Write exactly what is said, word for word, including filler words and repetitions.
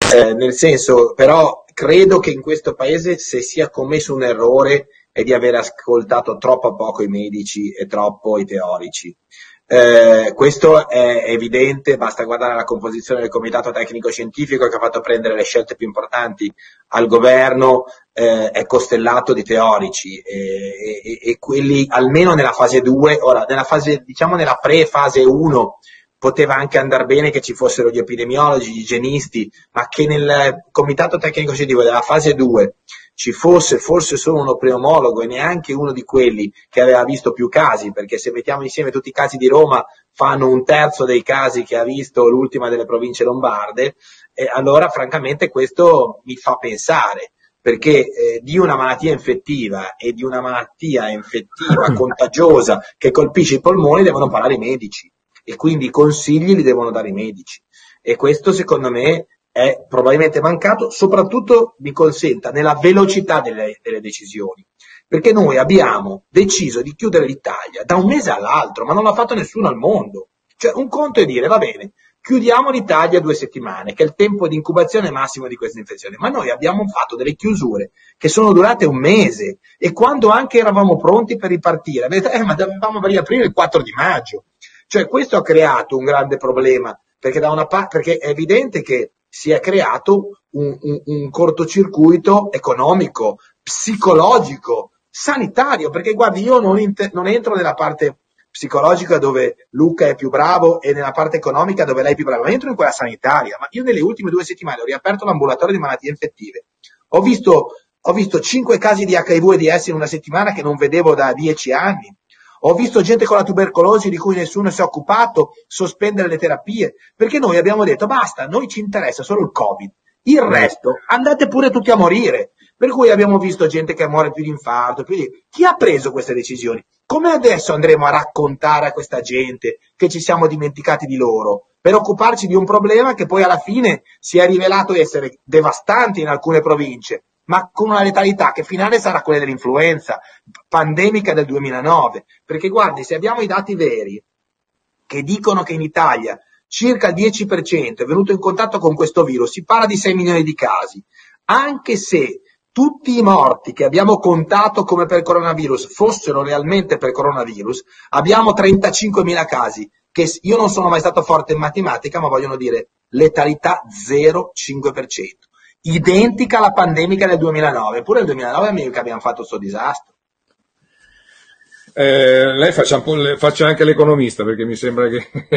Eh, nel senso, però, credo che in questo paese se sia commesso un errore è di aver ascoltato troppo poco i medici e troppo i teorici. Eh, questo è evidente, basta guardare la composizione del comitato tecnico scientifico che ha fatto prendere le scelte più importanti al governo, eh, è costellato di teorici e, e, e quelli almeno nella fase due, ora nella fase, diciamo nella pre-fase uno poteva anche andare bene che ci fossero gli epidemiologi, gli igienisti, ma che nel comitato tecnico scientifico della fase due ci fosse forse solo uno pneumologo e neanche uno di quelli che aveva visto più casi, perché se mettiamo insieme tutti i casi di Roma fanno un terzo dei casi che ha visto l'ultima delle province lombarde, e allora francamente questo mi fa pensare, perché eh, di una malattia infettiva e di una malattia infettiva contagiosa che colpisce i polmoni devono parlare i medici e quindi i consigli li devono dare i medici, e questo secondo me è probabilmente mancato, soprattutto mi consenta nella velocità delle, delle decisioni, perché noi abbiamo deciso di chiudere l'Italia da un mese all'altro, ma non l'ha fatto nessuno al mondo. Cioè un conto è dire va bene, chiudiamo l'Italia due settimane, che è il tempo di incubazione massimo di questa infezione, ma noi abbiamo fatto delle chiusure che sono durate un mese, e quando anche eravamo pronti per ripartire, avete, eh, ma dovevamo riaprire il quattro di maggio. Cioè questo ha creato un grande problema, perché da una parte, perché è evidente che si è creato un, un, un cortocircuito economico, psicologico, sanitario, perché guardi, io non, inter- non entro nella parte psicologica dove Luca è più bravo e nella parte economica dove lei è più brava, ma entro in quella sanitaria. Ma io nelle ultime due settimane ho riaperto l'ambulatorio di malattie infettive, ho visto, ho visto cinque casi di acca i vu e di esse in una settimana che non vedevo da dieci anni. Ho visto gente con la tubercolosi di cui nessuno si è occupato sospendere le terapie, perché noi abbiamo detto basta, noi ci interessa solo il Covid, il resto andate pure tutti a morire. Per cui abbiamo visto gente che muore più di infarto, più di... Chi ha preso queste decisioni? Come adesso andremo a raccontare a questa gente che ci siamo dimenticati di loro, per occuparci di un problema che poi alla fine si è rivelato essere devastante in alcune province, ma con una letalità che finale sarà quella dell'influenza pandemica del duemilanove, perché guardi, se abbiamo i dati veri che dicono che in Italia circa il dieci per cento è venuto in contatto con questo virus, si parla di sei milioni di casi, anche se tutti i morti che abbiamo contato come per coronavirus fossero realmente per coronavirus, abbiamo trentacinquemila casi, che io non sono mai stato forte in matematica, ma vogliono dire letalità zero virgola cinque per cento. Identica alla pandemica del duemilanove, eppure nel duemilanove mica abbiamo fatto questo disastro. Eh, lei faccia, un po', faccia anche l'economista, perché mi sembra che